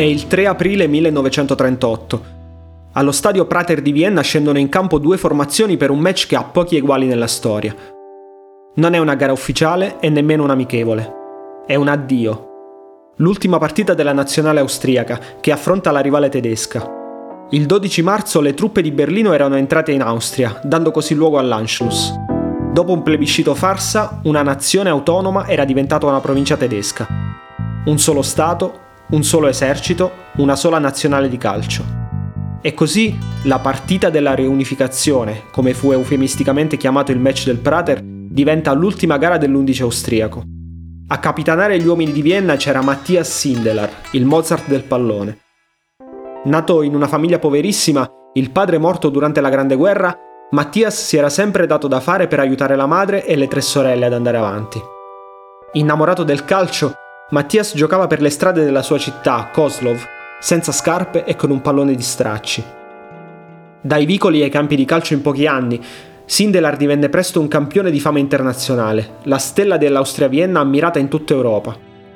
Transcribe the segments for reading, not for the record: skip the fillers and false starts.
È il 3 aprile 1938. Allo stadio Prater di Vienna scendono in campo due formazioni per un match che ha pochi eguali nella storia. Non è una gara ufficiale e nemmeno un amichevole. È un addio. L'ultima partita della nazionale austriaca, che affronta la rivale tedesca. Il 12 marzo le truppe di Berlino erano entrate in Austria, dando così luogo all'Anschluss. Dopo un plebiscito farsa, una nazione autonoma era diventata una provincia tedesca. Un solo Stato, un solo esercito, una sola nazionale di calcio. E così la partita della riunificazione, come fu eufemisticamente chiamato il match del Prater, diventa l'ultima gara dell'11 austriaco. A capitanare gli uomini di Vienna c'era Matthias Sindelar, il Mozart del pallone. Nato in una famiglia poverissima, il padre morto durante la Grande Guerra, Matthias si era sempre dato da fare per aiutare la madre e le tre sorelle ad andare avanti. Innamorato del calcio, Matthias giocava per le strade della sua città, Kozlov, senza scarpe e con un pallone di stracci. Dai vicoli ai campi di calcio in pochi anni, Sindelar divenne presto un campione di fama internazionale, la stella dell'Austria Vienna ammirata in tutta Europa.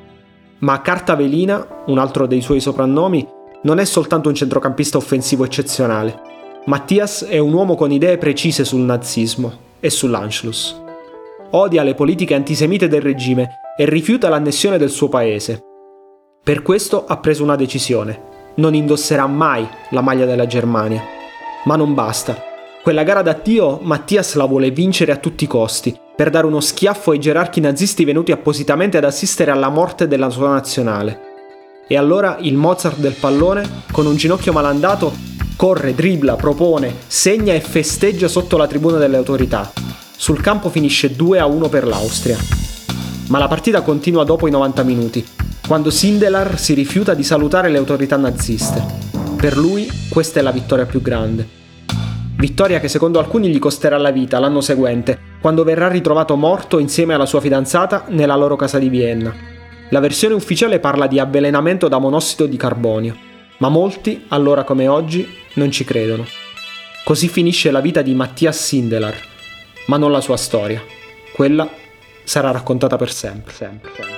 Ma Carta Velina, un altro dei suoi soprannomi, non è soltanto un centrocampista offensivo eccezionale. Matthias è un uomo con idee precise sul nazismo e sull'Anschluss. Odia le politiche antisemite del regime e rifiuta l'annessione del suo paese. Per questo ha preso una decisione: non indosserà mai la maglia della Germania. Ma non basta. Quella gara d'addio Matthias la vuole vincere a tutti i costi, per dare uno schiaffo ai gerarchi nazisti venuti appositamente ad assistere alla morte della sua nazionale. E allora il Mozart del pallone, con un ginocchio malandato, corre, dribbla, propone, segna e festeggia sotto la tribuna delle autorità. Sul campo finisce 2-1 per l'Austria. Ma la partita continua dopo i 90 minuti, quando Sindelar si rifiuta di salutare le autorità naziste. Per lui questa è la vittoria più grande. Vittoria che secondo alcuni gli costerà la vita l'anno seguente, quando verrà ritrovato morto insieme alla sua fidanzata nella loro casa di Vienna. La versione ufficiale parla di avvelenamento da monossido di carbonio, ma molti, allora come oggi, non ci credono. Così finisce la vita di Matthias Sindelar, ma non la sua storia. Quella sarà raccontata per sempre.